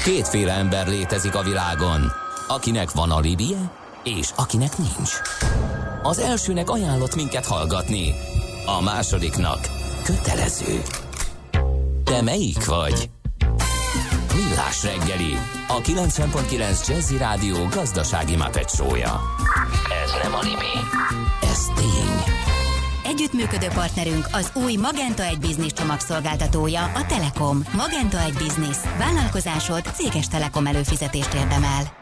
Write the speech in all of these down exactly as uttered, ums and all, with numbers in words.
Kétféle ember létezik a világon, akinek van alibije, és akinek nincs. Az elsőnek ajánlott minket hallgatni, a másodiknak kötelező. Te melyik vagy? Millás reggeli, a kilencven pont kilenc Jazzy Rádió gazdasági Muppet show-ja. Ez nem anime, ez tény. Együttműködő partnerünk az új Magenta egy Business csomagszolgáltatója, a Telekom. Magenta egy Business. Vállalkozásod céges Telekom előfizetést érdemel.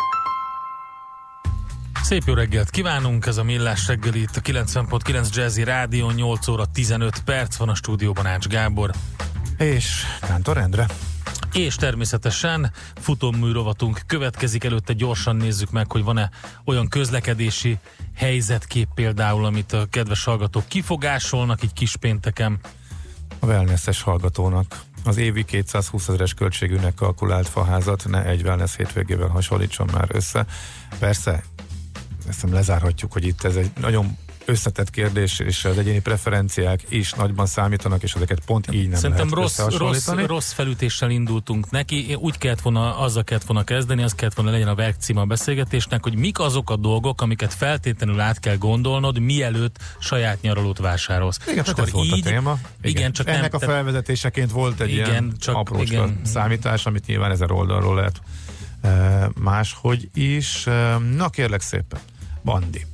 Szép jó reggelt kívánunk, ez a Millás reggeli itt a kilencven pont kilenc Jazzy Rádió, nyolc óra tizenöt perc van a stúdióban Ács Gábor. És Kántor Endre. És természetesen futómű rovatunk következik, előtte gyorsan nézzük meg, hogy van-e olyan közlekedési helyzetkép például, amit a kedves hallgatók kifogásolnak így kispénteken. A wellnesses hallgatónak az évi kétszázhúsz ezeres költségűnek kalkulált faházat ne egy wellness hétvégével hasonlítson már össze. Persze, ezt nem lezárhatjuk, hogy itt ez egy nagyon összetett kérdés, és az egyéni preferenciák is nagyban számítanak, és ezeket pont így nem Szerintem lehet rossz, rossz, rossz felütéssel indultunk neki. Én úgy kellett volna, azzal kellett volna kezdeni, az kellett volna legyen a verkcím a beszélgetésnek, hogy mik azok a dolgok, amiket feltétlenül át kell gondolnod, mielőtt saját nyaralót vásárolsz. Igen, csak ez volt így, a téma. Igen, igen csak ennek nem, a felvezetéseként volt egy igen, ilyen csak, aprócska igen. számítás, amit nyilván ezer oldalról lehet e, máshogy is. E, na kérlek szépen, Bandi.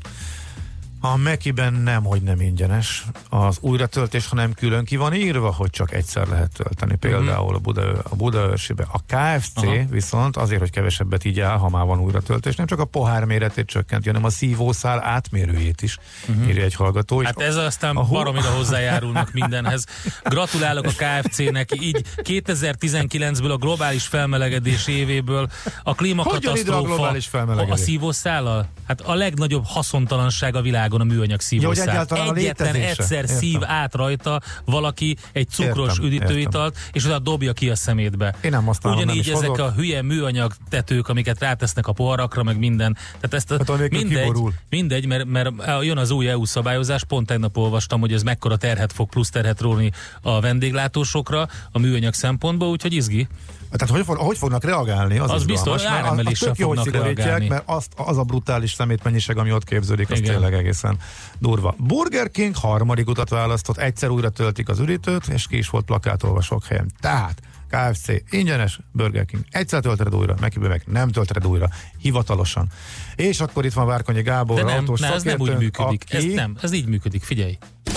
A Mekiben nem, hogy nem ingyenes az újratöltés, hanem külön ki van írva, hogy csak egyszer lehet tölteni. Például a, Buda, a Budaörsibe. A ká ef cé Aha. viszont azért, hogy kevesebbet így áll, ha már van újratöltés, nem csak a pohár méretét csökkenti, hanem a szívószál átmérőjét is uh-huh. írja egy hallgató. Hát ez aztán a baromira hozzájárulnak mindenhez. Gratulálok a ká ef cének, így kétezer-tizenkilencből a globális felmelegedés évéből a klímakatasztrófa a, a szívószállal? Hát a legnagyobb haszontalanság a világon a műanyag szívószál. Ja, egyetlen egyszer értem. Szív át rajta valaki egy cukros értem, üdítőitalt, értem. És utána dobja ki a szemétbe. Én nem használom, ugyanígy nem ezek hozok. A hülye műanyag tetők, amiket rátesznek a poharakra, meg minden. Tehát ezt a, hát, mindegy, mindegy mert, mert jön az új é u szabályozás, pont tegnap olvastam, hogy ez mekkora terhet fog, plusz terhet róni a vendéglátósokra a műanyag szempontból, úgyhogy izgi. Tehát hogy, fog, hogy fognak reagálni? Az, az biztos, áremeléssel fognak reagálni. Mert azt, az a brutális szemétmennyiség, ami ott képződik, az igen. tényleg egészen durva. Burger King harmadik utat választott, egyszer újra töltik az üdítőt, és ki is volt plakátolva sok helyen. Tehát ká ef cé ingyenes, Burger King egyszer töltered újra, Mekibe meg nem töltered újra, hivatalosan. És akkor itt van Várkonyi Gábor, de nem, autós ne, ez nem úgy működik. Aki... Ez nem, ez így működik, figyelj.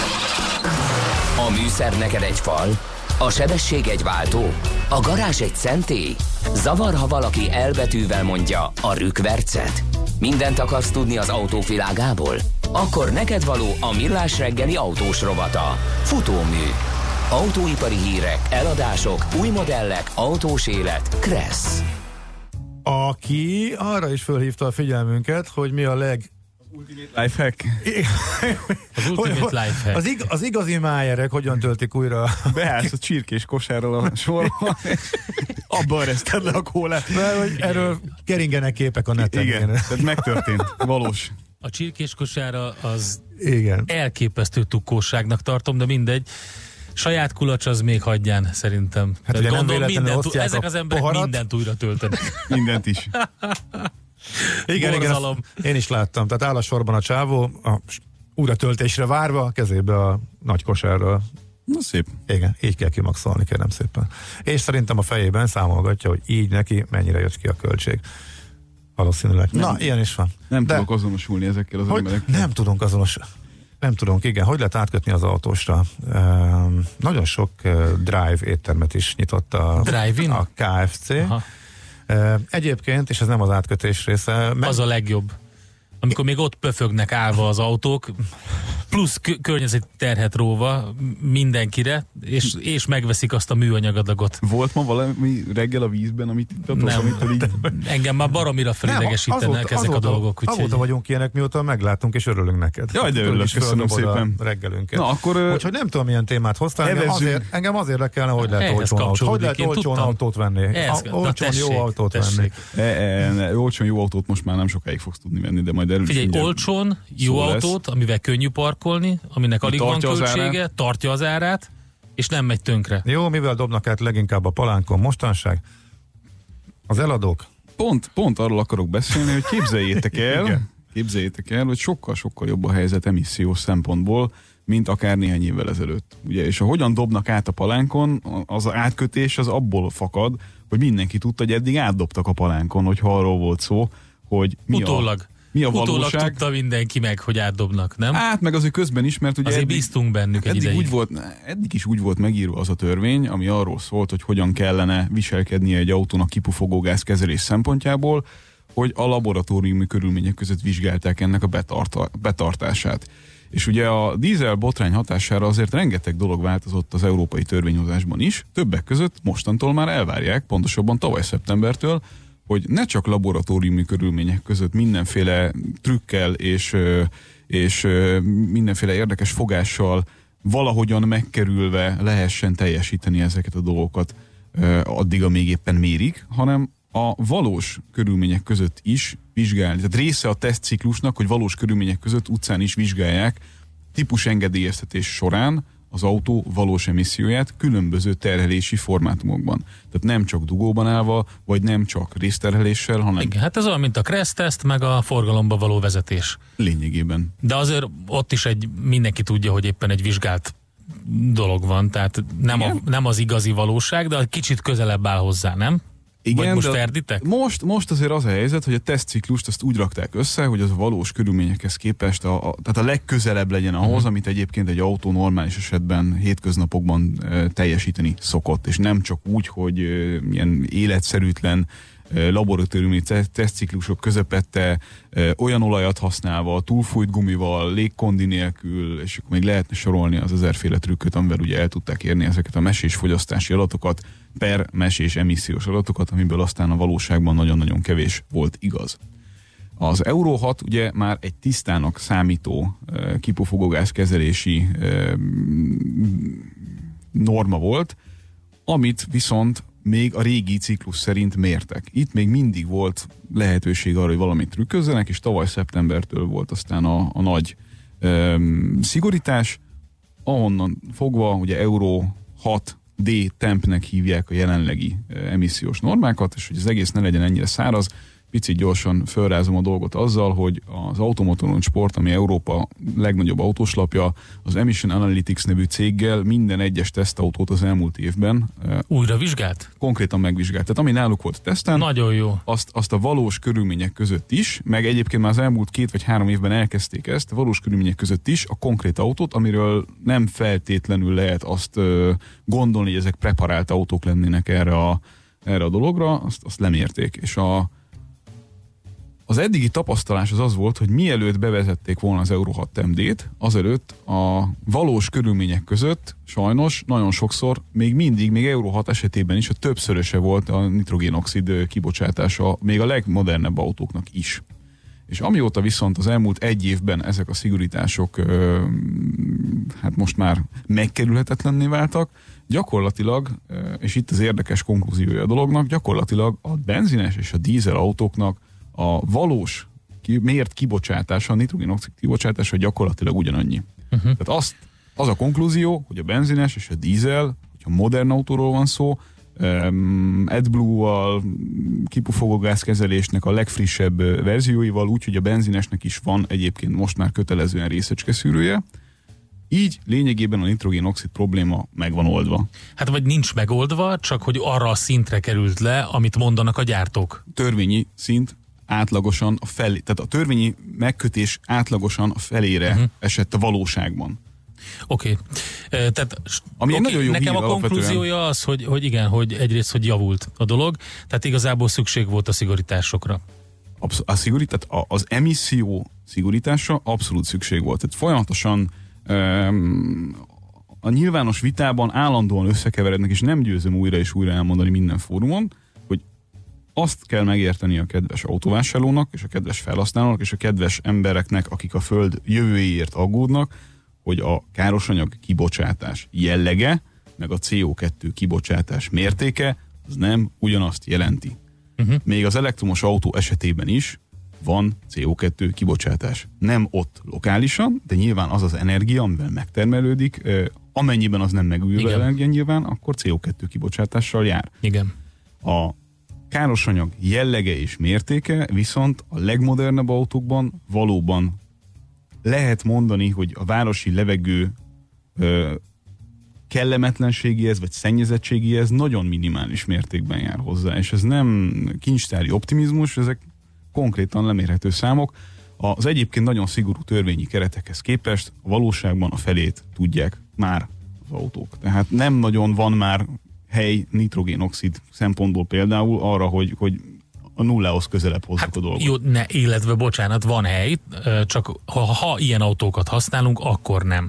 A műszer neked egy fal, a sebesség egy váltó, a garázs egy szentély. Zavar, ha valaki elbetűvel mondja a rükvercet. Mindent akarsz tudni az autóvilágából? Akkor neked való a Millás reggeli autós rovata. Futómű. Autóipari hírek, eladások, új modellek, autós élet. Kressz. Aki arra is fölhívta a figyelmünket, hogy mi a leg Ultimate Lifehack. Az Ultimate Lifehack. Az, ig- az igazi májerek hogyan töltik újra? Beállsz a csirkés kosárral a sorban, abban ereszted le a kólát. Mert hogy erről keringenek képek a neten. Igen, igen. Tehát megtörtént, valós. A csirkés kosára az igen. elképesztő tukkóságnak tartom, de mindegy. Saját kulacs az még hagyján, szerintem. Hát ugye gondol, nem mindent, ezek a az emberek poharat. mindent újra töltenek. Mindent is. Igen, igen, én is láttam. Tehát áll a sorban a csávó, a újra töltésre várva, kezébe a nagy kosárral. Na szép. Igen, így kell kimaxolni, kérem szépen. És szerintem a fejében számolgatja, hogy így neki mennyire jött ki a költség. Valószínűleg. Nem, Na, ilyen is van. Nem De, tudok azonosulni ezekkel az hogy emberekkel. Nem tudunk azonosulni. Nem tudunk, igen. Hogy lehet átkötni az autósra? Um, nagyon sok uh, drive éttermet is nyitott a, a ká ef cé. Aha. Uh, egyébként, és ez nem az átkötés része. Meg... Az a legjobb. Amikor még ott pöfögnek állva az autók, plusz k- környezeti terhet róva mindenkire, és, és megveszik azt a műanyagadagot. Volt ma valami reggel a vízben, amit itt nem, amitől így... engem már baromira felidegesítenek ezek azóta, a dolgok. Azóta úgyhogy... vagyunk ilyenek, mióta megláttunk, és örülünk neked. Jaj, de örülök, köszönöm szépen. Reggelünket. Na, akkor... Úgyhogy nem tudom, milyen témát hoztál, engem azért, engem azért érdekelne, hogy lehet olcsón autót. Hogy lehet olcsón autót venni? Olcsón jó autót venni. Olcsón jó autót most már nem sokáig fogsz tudni venni, de majd erről figyelj, olcsón, jó autót, amivel könnyű parkolni, aminek alig van költsége, tartja az árát, és nem megy tönkre. Jó, mivel dobnak át leginkább a palánkon mostanság? Az eladók? Pont, pont arról akarok beszélni, hogy képzeljétek el, képzeljétek el, hogy sokkal-sokkal jobb a helyzet emissziós szempontból, mint akár néhány évvel ezelőtt. Ugye, és ahogyan dobnak át a palánkon, az átkötés az abból fakad, hogy mindenki tudta, hogy eddig átdobtak a palánkon, hogyha arról volt szó, hogy mi Utólag. a, mi a Utólag valóság. tudta mindenki meg, hogy átdobnak, nem? Hát meg azért közben is, mert ugye azért eddig, bíztunk bennük egy eddig, ideig. úgy volt, eddig is úgy volt megírva az a törvény, ami arról szólt, hogy hogyan kellene viselkednie egy autónak kipufogógáz kezelés szempontjából, hogy a laboratóriumi körülmények között vizsgálták ennek a betarta, betartását. És ugye a dízel botrány hatására azért rengeteg dolog változott az európai törvényhozásban is, többek között mostantól már elvárják, pontosabban tavaly szeptembertől, hogy ne csak laboratóriumi körülmények között mindenféle trükkel és, és mindenféle érdekes fogással valahogyan megkerülve lehessen teljesíteni ezeket a dolgokat addig, amíg éppen mérik, hanem a valós körülmények között is vizsgálni. Tehát része a tesztciklusnak, hogy valós körülmények között utcán is vizsgálják típusengedélyeztetés során az autó valós emisszióját különböző terhelési formátumokban. Tehát nem csak dugóban állva, vagy nem csak részterheléssel, hanem... Igen, hát ez olyan, mint a crash test, meg a forgalomba való vezetés. Lényegében. De azért ott is egy, mindenki tudja, hogy éppen egy vizsgált dolog van, tehát nem, a, nem az igazi valóság, de kicsit közelebb áll hozzá, nem? Igen, vagy most de ferditek? Most, most azért az a helyzet, hogy a tesztciklust azt úgy rakták össze, hogy az a valós körülményekhez képest a, a, tehát a legközelebb legyen ahhoz, uh-huh. amit egyébként egy autó normális esetben hétköznapokban e, teljesíteni szokott, és nem csak úgy, hogy e, ilyen életszerűtlen e, laboratóriumi tesztciklusok közepette e, olyan olajat használva, túlfújt gumival, légkondi nélkül, és akkor még lehetne sorolni az ezerféle trükköt, amivel ugye el tudták érni ezeket a mesés fogyasztási adatokat, per mesés emissziós adatokat, amiből aztán a valóságban nagyon-nagyon kevés volt igaz. Az Euro hat ugye már egy tisztának számító uh, kipufogógáz kezelési uh, norma volt, amit viszont még a régi ciklus szerint mértek. Itt még mindig volt lehetőség arra, hogy valamit trükközzenek, és tavaly szeptembertől volt aztán a, a nagy um, szigorítás, ahonnan fogva ugye Euro hat D tempnek hívják a jelenlegi emissziós normákat, és hogy az egész ne legyen ennyire száraz, picit gyorsan felrázom a dolgot azzal, hogy az Automotoron Sport, ami Európa legnagyobb autóslapja, az Emission Analytics nevű céggel minden egyes tesztautót az elmúlt évben újra vizsgált? Konkrétan megvizsgált. Tehát ami náluk volt teszten, nagyon jó. Azt, azt a valós körülmények között is, meg egyébként már az elmúlt két vagy három évben elkezdték ezt, a valós körülmények között is a konkrét autót, amiről nem feltétlenül lehet azt uh, gondolni, hogy ezek preparált autók lennének erre a, erre a dologra, azt, azt lemérték. És a Az eddigi tapasztalás az az volt, hogy mielőtt bevezették volna az Euro hat em dét, azelőtt a valós körülmények között sajnos nagyon sokszor, még mindig, még Euro hat esetében is a többszöröse volt a nitrogénoxid kibocsátása még a legmodernebb autóknak is. És amióta viszont az elmúlt egy évben ezek a szigorítások hát most már megkerülhetetlenné váltak, gyakorlatilag, és itt az érdekes konklúziója a dolognak, gyakorlatilag a benzines és a dízel autóknak a valós ki, mért kibocsátása, a nitrogénoxid kibocsátása gyakorlatilag ugyanannyi. Uh-huh. Tehát azt, az a konklúzió, hogy a benzines és a dízel, hogyha modern autóról van szó, um, AdBlue-val, kipufogógázkezelésnek a legfrissebb verzióival, úgyhogy a benzinesnek is van egyébként most már kötelezően részecskeszűrője. Így lényegében a nitrogénoxid probléma meg van oldva. Hát vagy nincs megoldva, csak hogy arra a szintre került le, amit mondanak a gyártók. Törvényi szint átlagosan a felé, tehát a törvényi megkötés átlagosan a felére uh-huh. esett a valóságban. Oké. Okay. Tehát Ami okay, nagyon jó nekem hír, a konklúziója az, hogy, hogy igen, hogy egyrészt, hogy javult a dolog, tehát igazából szükség volt a szigorításokra. Absz- a szigorít, tehát az emisszió szigorítása abszolút szükség volt. Tehát folyamatosan um, a nyilvános vitában állandóan összekeverednek, és nem győzöm újra és újra elmondani minden fórumon, hogy azt kell megérteni a kedves autóvásárlónak, és a kedves felhasználónak, és a kedves embereknek, akik a föld jövőjéért aggódnak, hogy a károsanyag kibocsátás jellege, meg a cé o kettő kibocsátás mértéke, az nem ugyanazt jelenti. Uh-huh. Még az elektromos autó esetében is van cé o kettő kibocsátás. Nem ott lokálisan, de nyilván az az energia, amivel megtermelődik, amennyiben az nem megújuló energia nyilván, akkor cé o kettő kibocsátással jár. Igen. A károsanyag jellege és mértéke viszont a legmodernebb autókban valóban lehet mondani, hogy a városi levegő ö, kellemetlenségéhez vagy szennyezettségéhez nagyon minimális mértékben jár hozzá, és ez nem kincstári optimizmus, ezek konkrétan lemérhető számok. Az egyébként nagyon szigorú törvényi keretekhez képest a valóságban a felét tudják már az autók. Tehát nem nagyon van már hely nitrogénoxid szempontból például arra, hogy, hogy a nullához közelebb hozzuk hát, a dolgot. Jó, ne, illetve bocsánat, van hely, csak ha, ha ilyen autókat használunk, akkor nem.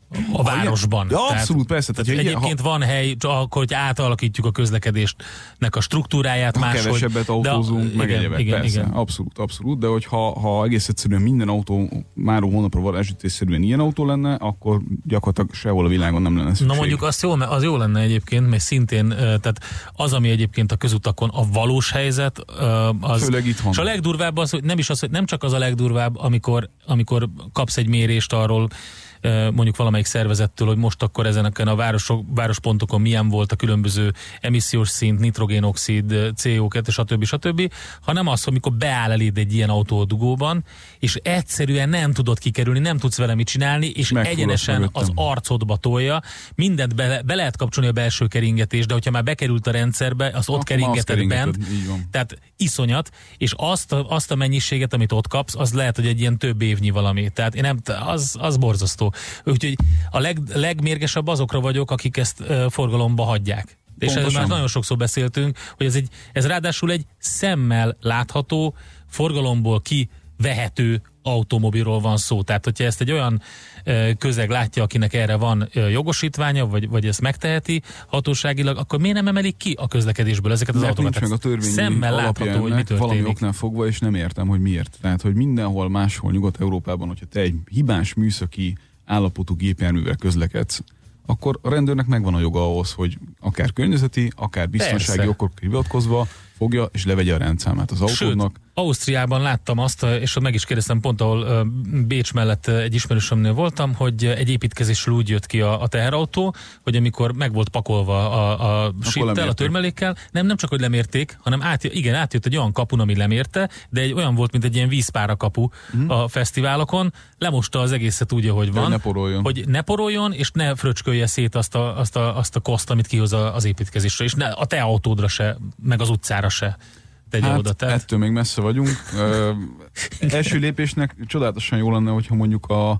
A városban. Ja, abszolút, tehát, persze. Tehát egyébként ha... van hely, csak akkor, hogy átalakítjuk a közlekedésnek a struktúráját ha máshogy. Kevesebbet autózunk, de, meg igen, egyebek, igen, persze. Igen. Abszolút, abszolút. De hogyha ha egész egyszerűen minden autó már hónapra varázsütésszerűen ilyen autó lenne, akkor gyakorlatilag sehol a világon nem lenne szükség. Na mondjuk azt jó, az jó lenne egyébként, mert szintén, tehát az, ami egyébként a közutakon a valós helyzet, az... Főleg itthon. És a legdurvább az, hogy nem is az, hogy nem csak az a legdurvább, amikor, amikor kapsz egy mérést arról, mondjuk valamelyik szervezettől, hogy most akkor ezeneken a városok, várospontokon milyen volt a különböző emissziós szint, nitrogénoxid, cé o kettő, stb. stb., hanem az, hogy amikor beáll eléd egy ilyen autó a dugóban, és egyszerűen nem tudod kikerülni, nem tudsz vele mit csinálni, és egyenesen az arcodba tolja, mindent be, be lehet kapcsolni a belső keringetést, de hogyha már bekerült a rendszerbe, az ott keringeted bent, tehát iszonyat, és azt a, azt a mennyiséget, amit ott kapsz, az lehet, hogy egy ilyen több évnyi valami. Tehát én nem, az, az borzasztó. Úgyhogy a leg, legmérgesebb azokra vagyok, akik ezt uh, forgalomba hagyják. És ezzel már nagyon sokszor beszéltünk, hogy ez, egy, ez ráadásul egy szemmel látható, forgalomból kivehető automobilról van szó. Tehát, hogyha ezt egy olyan uh, közeg látja, akinek erre van uh, jogosítványa, vagy, vagy ezt megteheti hatóságilag, akkor miért nem emelik ki a közlekedésből ezeket az autókat? Nincs meg a törvényi szemmel látható, hogy mi történik. Valami oknál fogva, és nem értem, hogy miért. Tehát, hogy mindenhol máshol Nyugat-Európában, hogyha te egy hibás műszaki állapotú gépjárművel közlekedsz, akkor a rendőrnek megvan a joga ahhoz, hogy akár környezeti, akár biztonsági okokra hivatkozva fogja és levegye a rendszámát az autódnak. Sőt, Ausztriában láttam azt, és meg is kérdeztem pont, ahol Bécs mellett egy ismerősömnél voltam, hogy egy építkezésről úgy jött ki a, a teherautó, hogy amikor meg volt pakolva a, a sittel, a törmelékkel, nem, nem csak, hogy lemérték, hanem át, igen, átjött egy olyan kapun, ami lemérte, de egy olyan volt, mint egy ilyen vízpára kapu hmm. a fesztiválokon, lemosta az egészet úgy, ahogy van, ne poroljon. hogy ne poroljon, és ne fröcskölje szét azt a, azt a, azt a koszt, amit kihoz az építkezésre, és ne, a te autódra se, meg az utcára se. Hát oda, tehát. ettől még messze vagyunk. Ö, első lépésnek csodálatosan jó lenne, hogyha mondjuk a,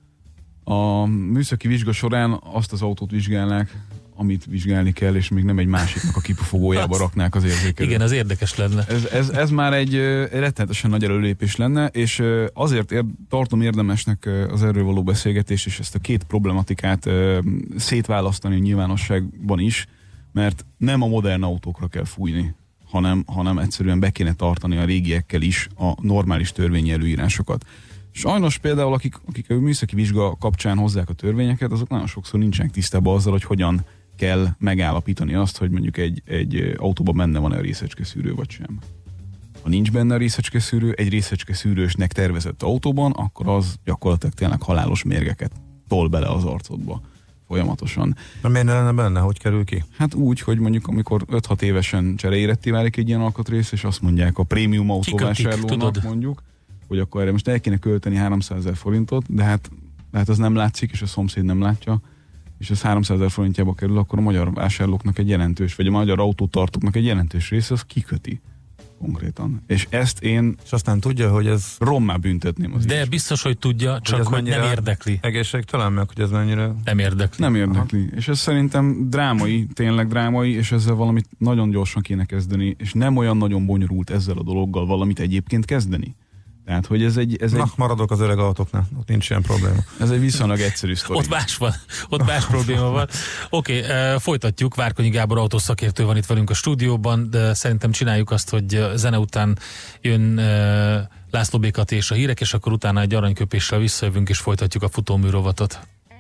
a műszaki vizsga során azt az autót vizsgálnák, amit vizsgálni kell, és még nem egy másiknak a kipufogójába raknák az érzékelőt. Igen, az érdekes lenne. Ez, ez, ez már egy, egy rettenetesen nagy előlépés lenne, és azért ér, tartom érdemesnek az erről való beszélgetés, és ezt a két problematikát szétválasztani a nyilvánosságban is, mert nem a modern autókra kell fújni, hanem, hanem egyszerűen be kéne tartani a régiekkel is a normális törvényi előírásokat. Sajnos például, akik, akik a műszaki vizsga kapcsán hozzák a törvényeket, azok nagyon sokszor nincsenek tisztában azzal, hogy hogyan kell megállapítani azt, hogy mondjuk egy, egy autóban benne van-e a részecskeszűrő, vagy sem. Ha nincs benne a részecskeszűrő, egy részecskeszűrősnek tervezett autóban, akkor az gyakorlatilag tényleg halálos mérgeket tol bele az arcodba folyamatosan. De miért ne lenne benne? Hogy kerül ki? Hát úgy, hogy mondjuk amikor öt-hat évesen cseréretté válik egy ilyen alkatrész, és azt mondják a prémium autóvásárlónak mondjuk, hogy akkor erre most el kéne költeni háromszázezer forintot, de hát, de hát az nem látszik, és a szomszéd nem látja, és ez háromszázezer forintjába kerül, akkor a magyar vásárlóknak egy jelentős, vagy a magyar autótartóknak egy jelentős része, az kiköti konkrétan. És ezt én... És aztán tudja, hogy ez... rommá büntetném az De is. Biztos, hogy tudja, csak hogy, hogy nem érdekli. Egészségtelen meg, hogy ez mennyire... Nem érdekli. Nem érdekli. Aha. És ez szerintem drámai, tényleg drámai, és ezzel valamit nagyon gyorsan kéne kezdeni, és nem olyan nagyon bonyolult ezzel a dologgal valamit egyébként kezdeni. Tehát, hogy ez egy... Ez Na, egy... maradok az öreg autóknál, ott nincs ilyen probléma. Ez egy viszonylag egyszerű sztori. Ott más van, ott más probléma van. Oké, okay, folytatjuk. Várkonyi Gábor autószakértő van itt velünk a stúdióban, de szerintem csináljuk azt, hogy zene után jön László B. Kati és a hírek, és akkor utána egy aranyköpéssel visszajövünk, és folytatjuk a futómű rovatot.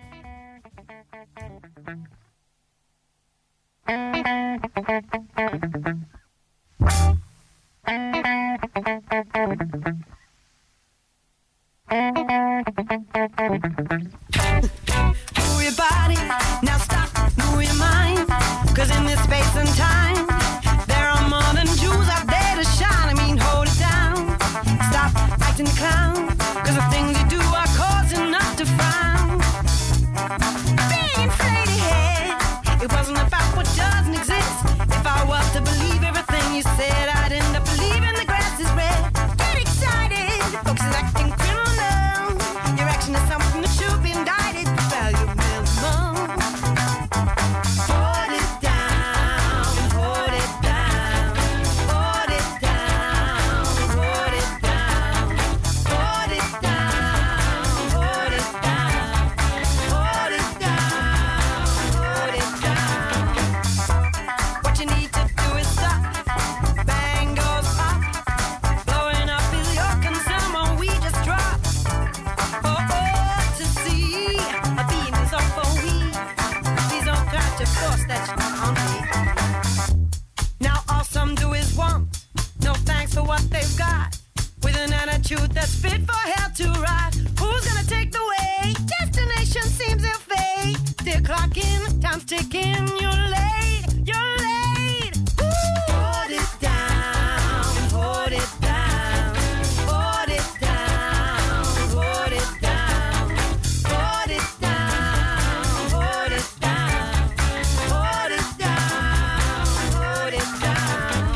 Move your body, now stop, move your mind. Cause in this space and time, there are more than Jews out that's fit for hell to ride. Who's gonna take the way? Destination seems ill fate. They're clocking, time's ticking. You're late, you're late. Ooh. Hold it down, hold it down, hold it down, hold it down, hold it down, hold it down, hold it down, hold it down.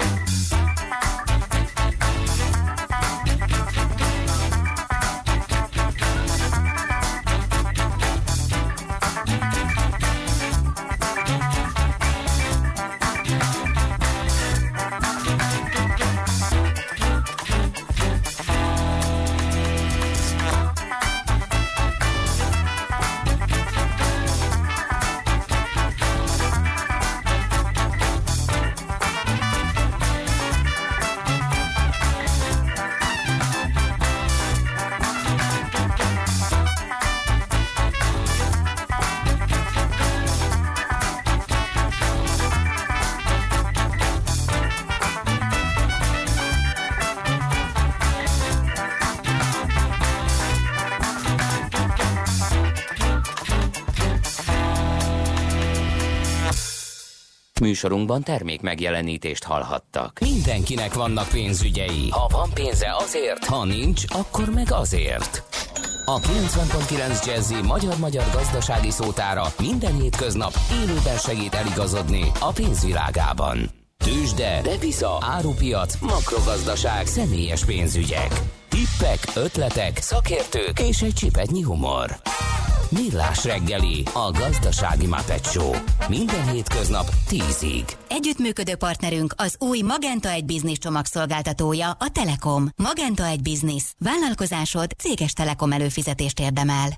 Műsorunkban termék megjelenítést hallhattak. Mindenkinek vannak pénzügyei. Ha van pénze azért, ha nincs, akkor meg azért. A kilencven pont kilenc Jazzy magyar-magyar gazdasági szótára minden hétköznap élőben segít eligazodni a pénzvilágában. Tőzsde, depisza, árupiac, makrogazdaság, személyes pénzügyek. Tippek, ötletek, szakértők és egy csipetnyi humor. Millás reggeli, a gazdasági Muppet Show. Minden hétköznap tízig. Együttműködő partnerünk az új Magenta egy Business csomagszolgáltatója, a Telekom. Magenta egy Business. Vállalkozásod céges Telekom előfizetést érdemel.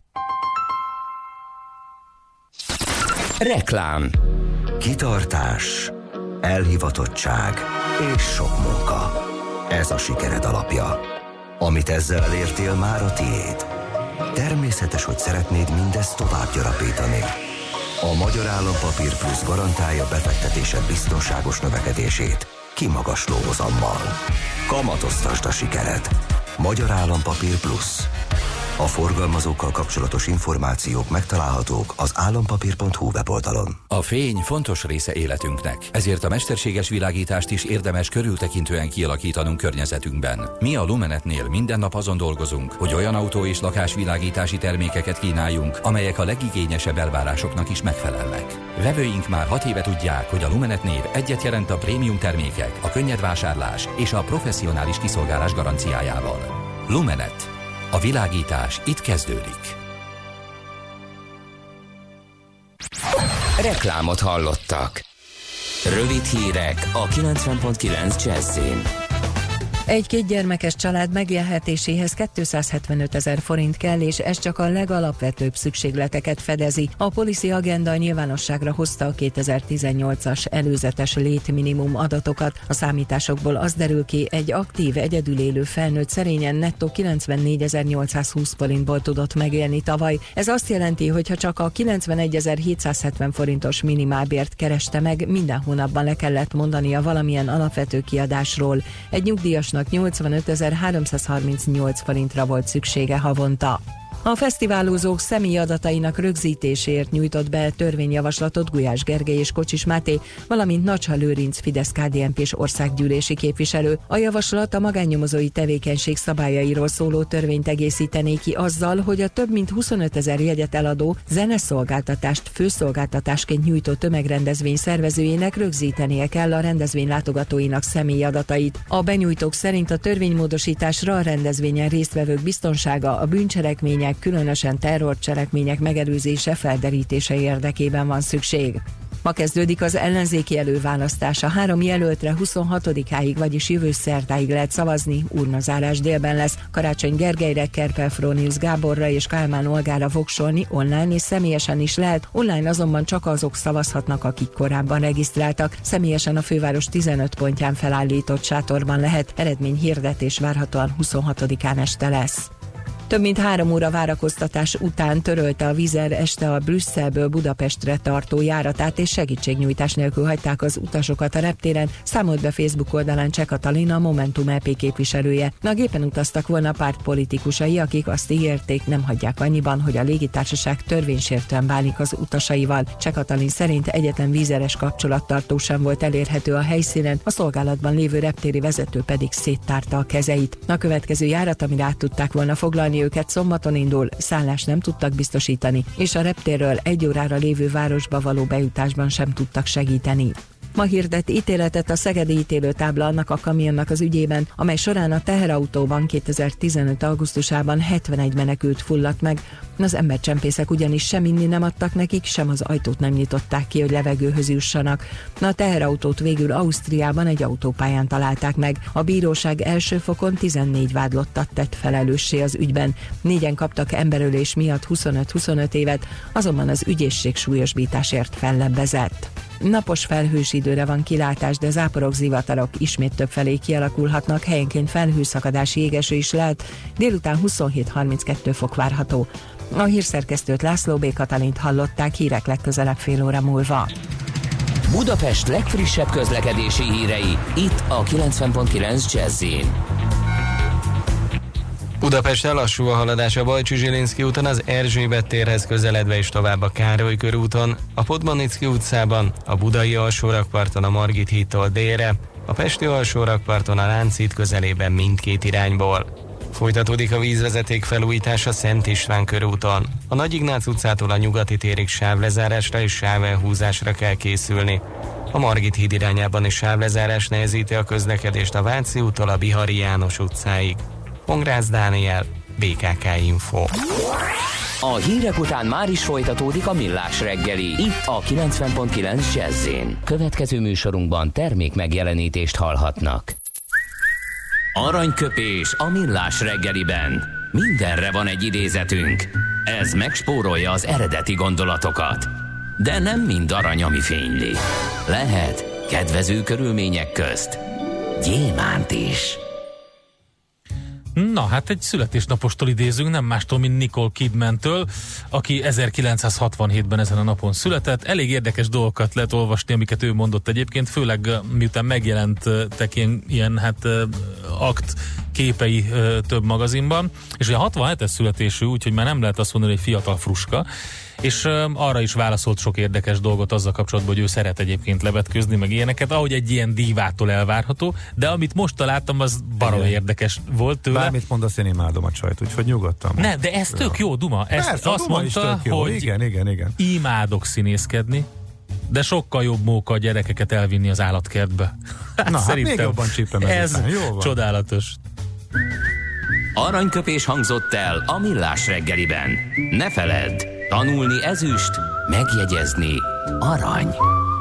Reklám. Kitartás, elhivatottság és sok munka. Ez a sikered alapja. Amit ezzel elértél, már a tiéd. Természetes, hogy szeretnéd mindezt tovább gyarapítani. A Magyar Állampapír Plusz garantálja befektetésed biztonságos növekedését kimagasló hozammal. Kamatoztasd a sikered. Magyar Állampapír Plusz. A forgalmazókkal kapcsolatos információk megtalálhatók az állampapír pont hu weboldalon. A fény fontos része életünknek, ezért a mesterséges világítást is érdemes körültekintően kialakítanunk környezetünkben. Mi a Lumenetnél minden nap azon dolgozunk, hogy olyan autó- és lakásvilágítási termékeket kínáljunk, amelyek a legigényesebb elvárásoknak is megfelelnek. Vevőink már hat éve tudják, hogy a Lumenet név egyet jelent a prémium termékek, a könnyed vásárlás és a professzionális kiszolgálás garanciájával. Lumenet. A világítás itt kezdődik. Reklámot hallottak. Rövid hírek a kilencven pont kilenc Jazzyn. Egy kétgyermekes család megélhetéséhez kétszázhetvenöt ezer forint kell, és ez csak a legalapvetőbb szükségleteket fedezi. A Policy Agenda nyilvánosságra hozta a kétezer-tizennyolcas előzetes létminimum adatokat. A számításokból az derül ki, egy aktív, egyedül élő felnőtt szerényen nettó kilencvennégyezer-nyolcszázhúsz forintból tudott megélni tavaly. Ez azt jelenti, hogy ha csak a kilencvenegyezer-hétszázhetven forintos minimálbért kereste meg, minden hónapban le kellett mondania valamilyen alapvető kiadásról. Egy nyugdíjasnak nyolcvanetezer-háromszázharmincnyolc forintra volt szüksége havonta. A fesztiválozók személyi adatainak rögzítéséért nyújtott be törvényjavaslatot Gulyás Gergely és Kocsis Máté, valamint Nacsha Lőrinc Fidesz-ká dé en pés országgyűlési képviselő. A javaslat a magánnyomozói tevékenység szabályairól szóló törvényt egészítené ki azzal, hogy a több mint huszonöt ezer jegyet eladó zeneszolgáltatást főszolgáltatásként nyújtó tömegrendezvény szervezőjének rögzítenie kell a rendezvény látogatóinak személyi adatait. A benyújtók szerint a törvénymódosításra a rendezvényen résztvevők biztonsága, a bűncselekmények, különösen terrorcselekmények megelőzése, felderítése érdekében van szükség. Ma kezdődik az ellenzéki előválasztás. A három jelöltre huszonhatodikáig, vagyis jövő szerdáig lehet szavazni, urnazárás délben lesz. Karácsony Gergelyre, Kerpel Frónius Gáborra és Kálmán Olgára voksolni online és személyesen is lehet, online azonban csak azok szavazhatnak, akik korábban regisztráltak. Személyesen a főváros tizenöt pontján felállított sátorban lehet, eredményhirdetés várhatóan huszonhatodikán este lesz. Több mint három óra várakoztatás után törölte a Wizz Air este a Brüsszelből Budapestre tartó járatát, és segítségnyújtás nélkül hagyták az utasokat a reptéren, számolt be Facebook oldalán Cseh Katalin, a Momentum é pé képviselője. A gépen utaztak volna pártpolitikusai, akik azt ígérték, nem hagyják annyiban, hogy a légitársaság törvénysértően bánik az utasaival. Cseh Katalin szerint egyetlen Wizz Air-es kapcsolattartó sem volt elérhető a helyszínen, a szolgálatban lévő reptéri vezető pedig széttárta a kezeit. A következő járat, amire át tudták volna foglalni őket, szombaton indul, szállást nem tudtak biztosítani, és a reptérről egy órára lévő városba való bejutásban sem tudtak segíteni. Ma hirdett ítéletet a szegedi ítélőtábla annak a kamionnak az ügyében, amely során a teherautóban kétezer-tizenöt augusztusában hetvenegy menekült fulladt meg. Az embercsempészek ugyanis sem inni nem adtak nekik, sem az ajtót nem nyitották ki, hogy levegőhöz jussanak. A teherautót végül Ausztriában egy autópályán találták meg. A bíróság első fokon tizennégy vádlottat tett felelőssé az ügyben. Négyen kaptak emberölés miatt huszonöt-huszonöt évet, azonban az ügyészség súlyosbításért fellebbezett. Napos felhős időre van kilátás, de záporok, zivatarok ismét többfelé kialakulhatnak, helyenként felhőszakadási égeső is lehet, délután huszonhét-harminckettő fok várható. A hírszerkesztőt, László B. Katalint hallották, hírek legközelebb fél óra múlva. Budapest legfrissebb közlekedési hírei, itt a kilencven pont kilenc Jazz-in. Budapesten lassú a haladás a Bajcsy-Zsilinszky úton, az Erzsébet térhez közeledve és tovább a Károly körúton, a Podmanicki utcában, a Budai alsórakparton a Margit hídtól délre, a Pesti alsórakparton a Lánchíd közelében mindkét irányból. Folytatódik a vízvezeték felújítása Szent István körúton. A Nagy Ignác utcától a Nyugati térig sávlezárásra és sávelhúzásra kell készülni. A Margit híd irányában is sávlezárás nehezíti a közlekedést a Váci úttól a Bihari János utcáig. Pongrácz Dániel, bé ká ká Info. A hírek után már is folytatódik a Millás reggeli, itt a kilencven pont kilenc Jazz-in. Következő műsorunkban termék megjelenítést hallhatnak. Aranyköpés a Millás reggeliben. Mindenre van egy idézetünk. Ez megspórolja az eredeti gondolatokat. De nem mind arany, ami fényli. Lehet kedvező körülmények közt gyémánt is. Na, hát egy születésnapostól idézünk, nem mástól, mint Nicole Kidman-től, aki ezerkilencszázhatvanhétben ezen a napon született. Elég érdekes dolgokat lehet olvasni, amiket ő mondott egyébként, főleg miután megjelentek ilyen, ilyen hát akt képei több magazinban, és ugye hatvanhetes születésű, úgyhogy már nem lehet azt mondani, hogy fiatal fruska, és arra is válaszolt sok érdekes dolgot azzal kapcsolatban, hogy ő szeret egyébként levetkőzni, meg ilyeneket, ahogy egy ilyen dívától elvárható, de amit most találtam, az baromi érdekes volt tőle. Bármit mondasz, én imádom a csajt, úgyhogy nyugodtan. Ne, de ez tök jó, Duma. Ezt Persze, azt Duma mondta, hogy igen, igen, igen. imádok színészkedni, de sokkal jobb móka a gyerekeket elvinni az állatkertbe. Hát na, szerintem hát még jobban csípem ez jó van. Csodálatos. Aranyköpés hangzott el a Millás reggeliben. Ne feledd, tanulni ezüst, megjegyezni arany.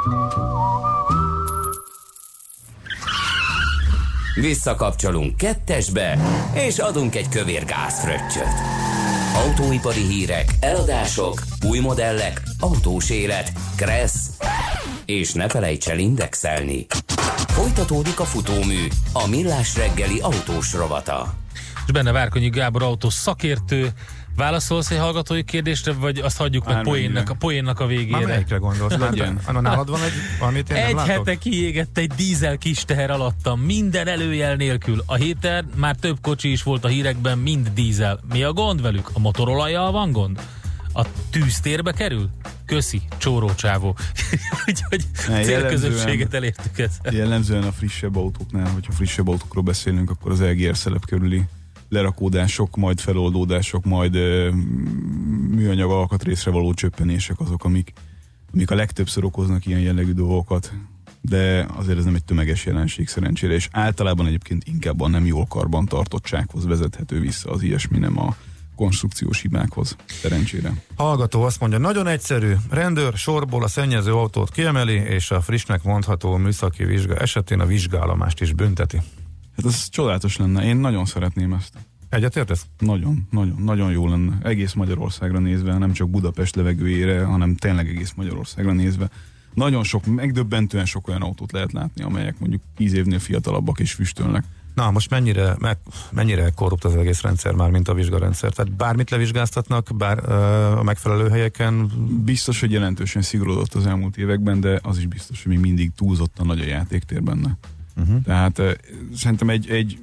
Visszakapcsolunk kettesbe, és adunk egy kövér gázfröccsöt. Autóipari hírek, eladások, új modellek, autós élet, kressz, és ne felejts el indexelni. Folytatódik a futómű, a Millás reggeli autós rovata. És benne Várkonyi Gábor autós szakértő. Válaszolsz egy hallgatói kérdésre, vagy azt hagyjuk meg poénnak, a poénnak a végére? Már melyikre gondolsz? Már nálad van egy, amit én egy nem látok? hete kiégett egy dízel kis teher alattam, minden előjel nélkül. A héten már több kocsi is volt a hírekben, mind dízel. Mi a gond velük? A motorolajjal van gond? A tűztérbe kerül? Köszi, csórócsávó. Úgyhogy célközösséget elértük ezt. Jellemzően a frissebb autóknál, hogyha frissebb autókról beszélünk, akkor az el gé er szelep körüli lerakódások, majd feloldódások, majd uh, műanyag alkatrészre való csöppenések azok, amik, amik a legtöbbször okoznak ilyen jellegű dolgokat, de azért ez nem egy tömeges jelenség szerencsére, és általában egyébként inkább a nem jól karbantartottsághoz vezethető vissza, az ilyesmi, nem a konstrukciós hibákhoz, szerencsére. Hallgató azt mondja, nagyon egyszerű, rendőr sorból a szennyező autót kiemeli, és a frissnek mondható műszaki vizsga esetén a vizsgállomást is bünteti. Hát ez csodálatos lenne, én nagyon szeretném ezt. Egyetértesz? Nagyon, nagyon, nagyon jó lenne. Egész Magyarországra nézve, nem csak Budapest levegőjére, hanem tényleg egész Magyarországra nézve. Nagyon sok, megdöbbentően sok olyan autót lehet látni, amelyek mondjuk tíz évnél fiatalabbak és füstölnek. Na, most mennyire, meg, mennyire korrupt az egész rendszer már, mint a vizsgarendszer? Tehát bármit levizsgáztatnak, bár uh, a megfelelő helyeken? Biztos, hogy jelentősen szigorodott az elmúlt években, de az is biztos, hogy még mindig túlzottan nagy a játéktér benne. Uh-huh. Tehát uh, szerintem egy, egy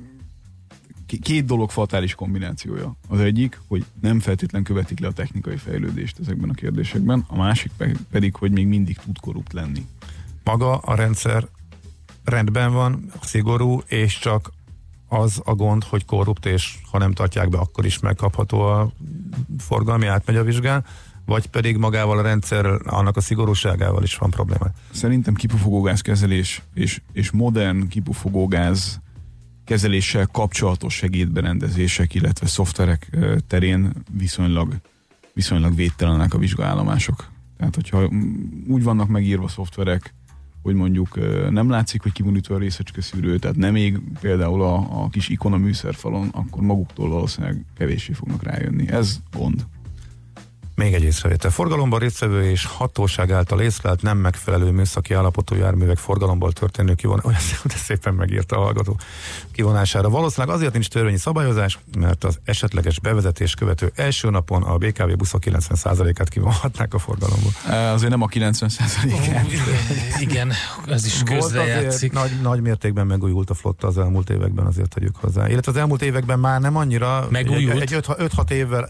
két dolog fatális kombinációja. Az egyik, hogy nem feltétlen követik le a technikai fejlődést ezekben a kérdésekben, a másik pedig, hogy még mindig tud korrupt lenni. Maga a rendszer rendben van, szigorú, és csak az a gond, hogy korrupt, és ha nem tartják be, akkor is megkapható a forgalmi, átmegy a vizsgán, vagy pedig magával a rendszer, annak a szigorúságával is van probléma? Szerintem kipufogógáz kezelés és, és modern kipufogógáz kezeléssel kapcsolatos segédberendezések, illetve szoftverek terén viszonylag, viszonylag védtelenek a vizsgaállomások. Tehát, hogyha úgy vannak megírva szoftverek, hogy mondjuk nem látszik, hogy kivonítva a részecske szűrő, tehát nem ég például a, a kis ikon a műszerfalon, akkor maguktól valószínűleg kevéssé fognak rájönni. Ez gond. Még egy észrevétel. Forgalomban résztvevő és hatóság által észlelt nem megfelelő műszaki állapotú járművek forgalomból történő kivonására, de szépen megírta a hallgató kivonására. Valószínűleg azért nincs törvényi szabályozás, mert az esetleges bevezetés követő első napon a bé ká vé buszok kilencven százalékát kivonhatnák a forgalomból. E, azért nem a kilencven százalékát. Oh, igen, igen, ez is közrejátszik. Nagy, nagy mértékben megújult a flotta az elmúlt években, azért tegyük hozzá. Illetve az elmúlt években már nem annyira, megújult. Egy öt-hat évvel.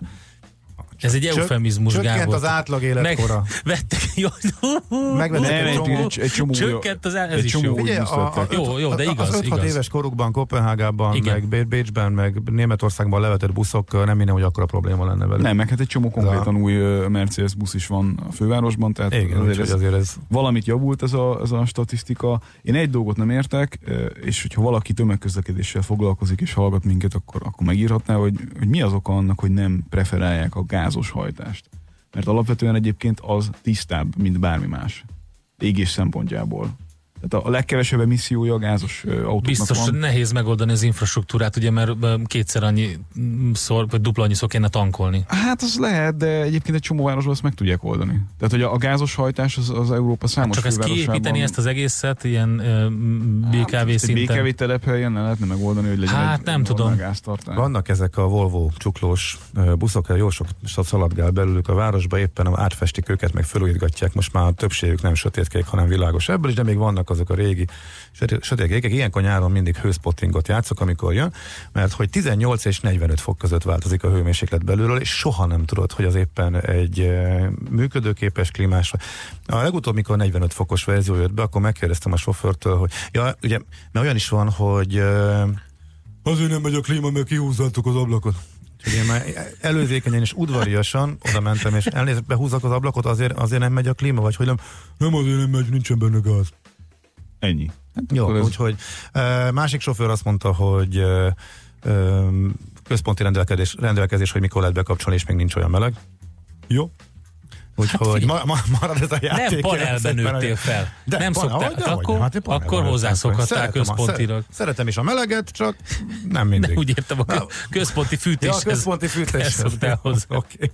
Ez egy eufemizmus, Gábor. Csökkent az átlag életkora. Megvettek, jó. Megvettek egy csomó. Egy csomó Csökkent az átlag, ez is jó. Ugye, a, a, jó, jó, de igaz, az öt-hat éves korukban, Kopenhágában, meg Bécsben, meg Németországban levetett buszok, nem minden, hogy akkora probléma lenne velük. Nem, meg hát egy csomó konkrétan új Mercedes busz is van a fővárosban, tehát igen, azért, ez, azért ez... valamit javult ez a, ez a statisztika. Én egy dolgot nem értek, és hogyha valaki tömegközlekedéssel foglalkozik és hallgat minket, akkor, akkor megírhatná, hogy, hogy mi az oka annak, hogy nem preferálják a gázos hajtást. Mert alapvetően egyébként az tisztább, mint bármi más. Égés szempontjából. Tehát a legkevesebb emissziója a gázos autóknak biztos, van. Nehéz megoldani az infrastruktúrát, ugye, mert kétszer annyi szor, vagy dupla annyiszor kéne tankolni. Hát az lehet, de egyébként egy csomó városban azt meg tudják oldani. Tehát, hogy a, a gázos hajtás az, az Európa számos csak ezt kiépíteni ezt az egészet, ilyen uh, bé ká vé hát, szinten. bé ká vé telephelyen nem lehetne megoldani, hogy legyen hát, egy nem tudom. gáztartály. Vannak ezek a Volvo csuklós buszok, jó sok szaladgál belőlük a városba, éppen átfestik őket, meg felújítgatják, most már a többségük nem sötétkék, hanem világos ebből is, de még vannak azok a régi sötétkékek. Ilyenkor nyáron mindig hőspottingot játszok, amikor jön, mert hogy tizennyolc és negyvenöt fok között változik a hőmérséklet belülről, és soha nem tudod, hogy az éppen egy e, működőképes klímás. A legutóbb, mikor negyvenöt fokos verzió jött be, akkor megkérdeztem a sofőrtől, hogy ja, ugye, mert olyan is van, hogy e, azért nem megy a klíma, mert kihúzzátok az ablakot. Úgyhogy én már előzékenyen és udvariasan oda mentem, és elnézést, behúzzak az ablakot, azért, azért nem megy a klíma, vagy hogy nem, nem azért nem megy, nincsen benne gáz. Ennyi. Hát jó, ez... úgyhogy uh, másik sofőr azt mondta, hogy uh, uh, központi rendelkezés, rendelkezés, hogy mikor lehet bekapcsolni, és még nincs olyan meleg. Jó. Úgyhogy hát, ma, ma, marad ez a játék. Nem panelben nőttél fel. De nem szoktál. Akkor, hát akkor hozzászokhattál központilag. Szeretem is a meleget, csak nem mindig. De úgy értem, a központi fűtéshez. Ja, a központi fűtéshez. Szoktál hozzá. Okay.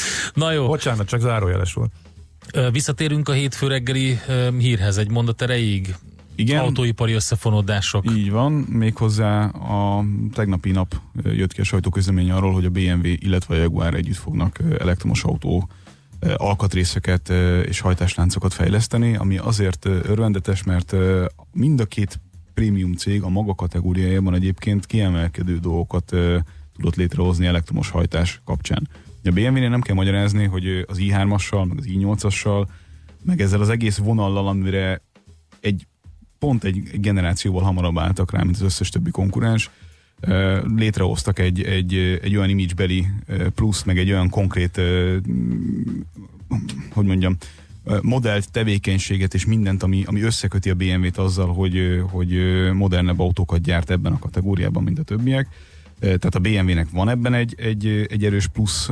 Na jó. Bocsánat, csak zárójeles volt. Visszatérünk a hétfő reggeli hírhez egy mondat erejéig. Igen. Autóipari összefonódások. Így van, méghozzá a tegnapi nap jött ki a sajtóközlemény arról, hogy a bé em vé, illetve a Jaguar együtt fognak elektromos autó alkatrészeket és hajtásláncokat fejleszteni, ami azért örvendetes, mert mind a két prémium cég a maga kategóriájában egyébként kiemelkedő dolgokat tudott létrehozni elektromos hajtás kapcsán. A bé em vé-nél nem kell magyarázni, hogy az i hármassal, meg az i nyolcassal, meg ezzel az egész vonallal, amire egy pont egy generációval hamarabb álltak rá, mint az összes többi konkurens, létrehoztak egy, egy, egy olyan image-beli plusz, meg egy olyan konkrét, hogy mondjam, modellt, tevékenységet és mindent, ami, ami összeköti a bé em vét azzal, hogy, hogy modernebb autókat gyárt ebben a kategóriában, mint a többiek. Tehát a bé em vé-nek van ebben egy, egy, egy erős plusz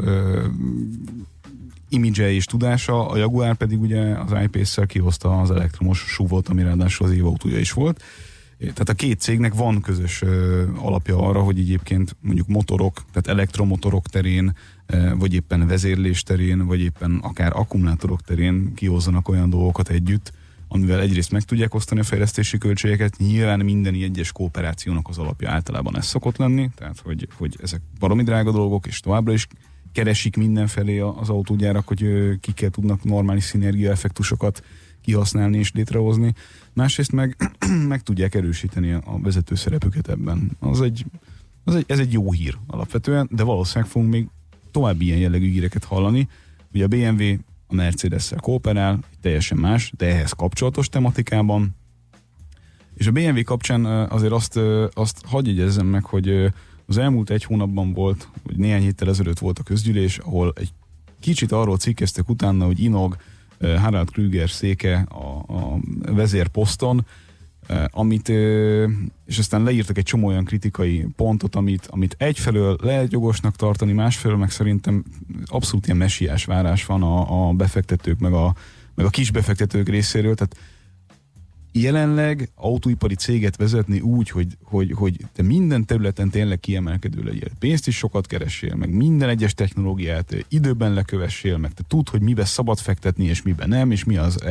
image és tudása, a Jaguar pedig ugye az i pace-szel kihozta az elektromos súvot, ami ráadásul az évautója is volt. Tehát a két cégnek van közös ö, alapja arra, hogy egyébként mondjuk motorok, tehát elektromotorok terén, ö, vagy éppen vezérlés terén, vagy éppen akár akkumulátorok terén kihozzanak olyan dolgokat együtt, amivel egyrészt meg tudják osztani a fejlesztési költségeket, nyilván minden egyes kooperációnak az alapja általában ez szokott lenni, tehát hogy, hogy ezek baromi drága dolgok, és továbbra is keresik mindenfelé az autógyárak, hogy kikkel tudnak normális szinergiaeffektusokat kihasználni és létrehozni. Másrészt meg, meg tudják erősíteni a vezető szerepüket ebben. Az egy, az egy, ez egy jó hír alapvetően, de valószínűleg fogunk még további ilyen jellegű híreket hallani. Ugye a bé em vé a Mercedes-szel kooperál, teljesen más, de ehhez kapcsolatos tematikában. És a bé em vé kapcsán azért azt, azt hadd jegyezzem meg, hogy az elmúlt egy hónapban volt, vagy néhány héttel ezelőtt volt a közgyűlés, ahol egy kicsit arról cikkeztek utána, hogy Inog, Harald Krüger széke a, a vezérposzton, amit, és aztán leírtak egy csomó olyan kritikai pontot, amit, amit egyfelől lehet jogosnak tartani, másfelől meg szerintem abszolút ilyen messiás várás van a, a befektetők, meg a, meg a kis befektetők részéről, tehát jelenleg autóipari céget vezetni úgy, hogy, hogy, hogy te minden területen tényleg kiemelkedő legyél. Pénzt is sokat keressél, meg minden egyes technológiát időben lekövessél, meg te tudd, hogy mibe szabad fektetni, és mibe nem, és mi az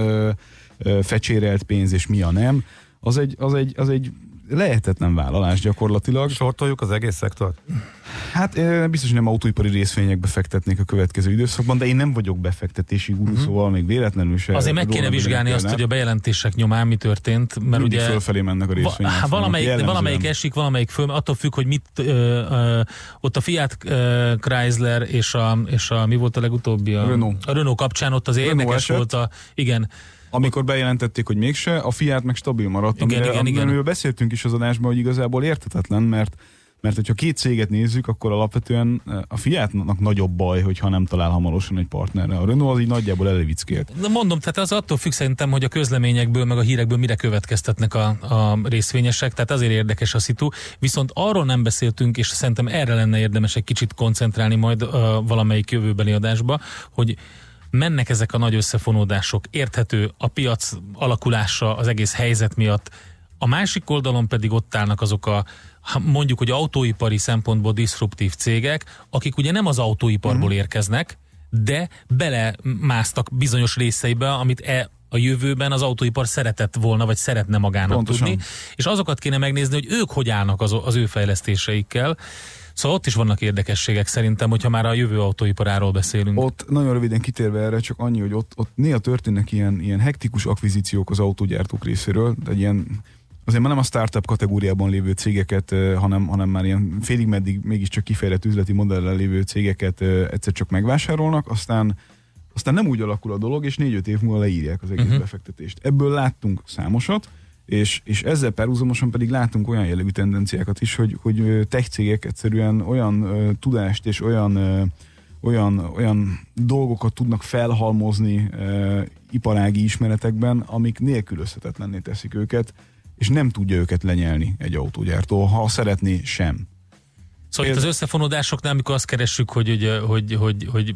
elfecsérelt pénz, és mi a nem. Az egy, az egy, az egy lehetetlen vállalás gyakorlatilag. Sortoljuk az egész szektort? Hát biztos, hogy nem autóipari részvényekbe fektetnék a következő időszakban, de én nem vagyok befektetési guru, uh-huh. szóval még véletlenül se. Azért meg kéne vizsgálni azt, hogy a bejelentések nyomán mi történt, mert mindig ugye fölfelé mennek a részvények. Va, valamelyik, valamelyik esik, valamelyik föl, attól függ, hogy mit ö, ö, ott a Fiat ö, Chrysler és a, és a mi volt a legutóbbi? A Renault. A Renault kapcsán ott azért Renault érdekes eset. volt a, igen. Amikor bejelentették, hogy mégse, a Fiat meg stabil maradt. Igen, amire, igen, igen. Amiről beszéltünk is az adásban, hogy igazából érthetetlen, mert, mert hogyha két céget nézzük, akkor alapvetően a Fiatnak nagyobb baj, hogyha nem talál hamarosan egy partnerre. A Renault az így nagyjából elevickélt. De mondom, tehát az attól függ szerintem, hogy a közleményekből, meg a hírekből mire következtetnek a, a részvényesek, tehát azért érdekes a szitu. Viszont arról nem beszéltünk, és szerintem erre lenne érdemes egy kicsit koncentrálni majd uh, valamelyik jövőbeli adásba, hogy mennek ezek a nagy összefonódások, érthető a piac alakulása az egész helyzet miatt, a másik oldalon pedig ott állnak azok a mondjuk, hogy autóipari szempontból diszruptív cégek, akik ugye nem az autóiparból mm. érkeznek, de belemásztak bizonyos részeibe, amit e a jövőben az autóipar szeretett volna, vagy szeretne magának Pontosan. tudni, és azokat kéne megnézni, hogy ők hogy állnak az, az ő fejlesztéseikkel. Szóval ott is vannak érdekességek szerintem, hogyha már a jövő autóiparáról beszélünk. Ott nagyon röviden kitérve erre, csak annyi, hogy ott, ott néha történnek ilyen, ilyen hektikus akvizíciók az autógyártók részéről, de ilyen, azért már nem a startup kategóriában lévő cégeket, hanem, hanem már ilyen félig meddig mégiscsak kifejlett üzleti modellel lévő cégeket egyszer csak megvásárolnak, aztán, aztán nem úgy alakul a dolog, és négy-öt év múlva leírják az egész uh-huh. befektetést. Ebből láttunk számosat, És, és ezzel párhuzamosan pedig látunk olyan jellegű tendenciákat is, hogy, hogy tech cégek egyszerűen olyan uh, tudást és olyan, uh, olyan, olyan dolgokat tudnak felhalmozni uh, iparági ismeretekben, amik nélkülözhetetlenné teszik őket, és nem tudja őket lenyelni egy autógyártó, ha szeretné sem. Szóval itt az összefonódásoknál, amikor azt keressük, hogy, hogy, hogy, hogy, hogy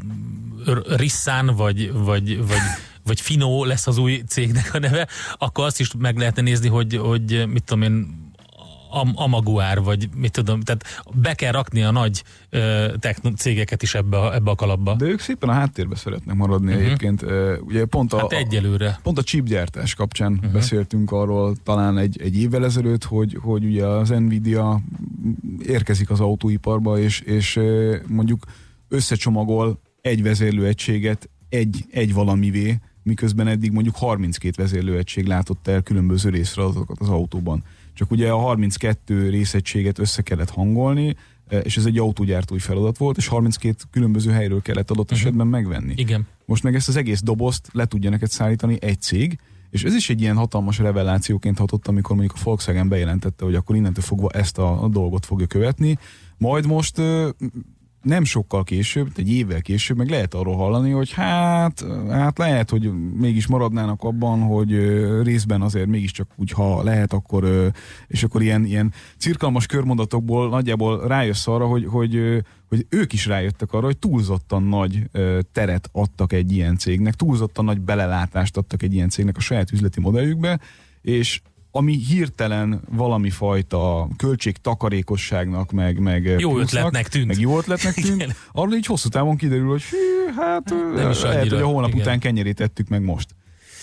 Rissan vagy, vagy, vagy, vagy Fino lesz az új cégnek a neve, akkor azt is meg lehetne nézni, hogy, hogy mit tudom én, Amaguár, vagy mit tudom, tehát be kell rakni a nagy uh, techno cégeket is ebbe a, ebbe a kalapba. De ők szépen a háttérbe szeretnek maradni uh-huh. egyébként. Uh, ugye pont a, hát egyelőre. Pont a chipgyártás kapcsán uh-huh. beszéltünk arról talán egy, egy évvel ezelőtt, hogy, hogy ugye az Nvidia érkezik az autóiparba, és, és uh, mondjuk összecsomagol egy vezérlőegységet egy, egy valamivé, miközben eddig mondjuk harminckét vezérlőegység látott el különböző részfeladatokat az autóban. Csak ugye a harminckettő részegységet össze kellett hangolni, és ez egy autógyártói feladat volt, és harminckét különböző helyről kellett adott uh-huh. esetben megvenni. Igen. Most meg ezt az egész dobozt le tudja neked szállítani egy cég, és ez is egy ilyen hatalmas revelációként hatott, amikor mondjuk a Volkswagen bejelentette, hogy akkor innentől fogva ezt a, a dolgot fogja követni. Majd most nem sokkal később, egy évvel később meg lehet arról hallani, hogy hát, hát lehet, hogy mégis maradnának abban, hogy részben azért mégiscsak úgy, ha lehet, akkor és akkor ilyen, ilyen cirkalmas körmondatokból nagyjából rájössz arra, hogy, hogy, hogy ők is rájöttek arra, hogy túlzottan nagy teret adtak egy ilyen cégnek, túlzottan nagy belelátást adtak egy ilyen cégnek a saját üzleti modelljükbe, és ami hirtelen valami fajta költségtakarékosságnak, meg, meg jó plusznak, ötletnek tűnt. Meg jó ötletnek tűnt, arról így hosszú távon kiderül, hogy hű, hát nem lehet, annyira, hogy a holnap igen. után kenyerét ettük meg most.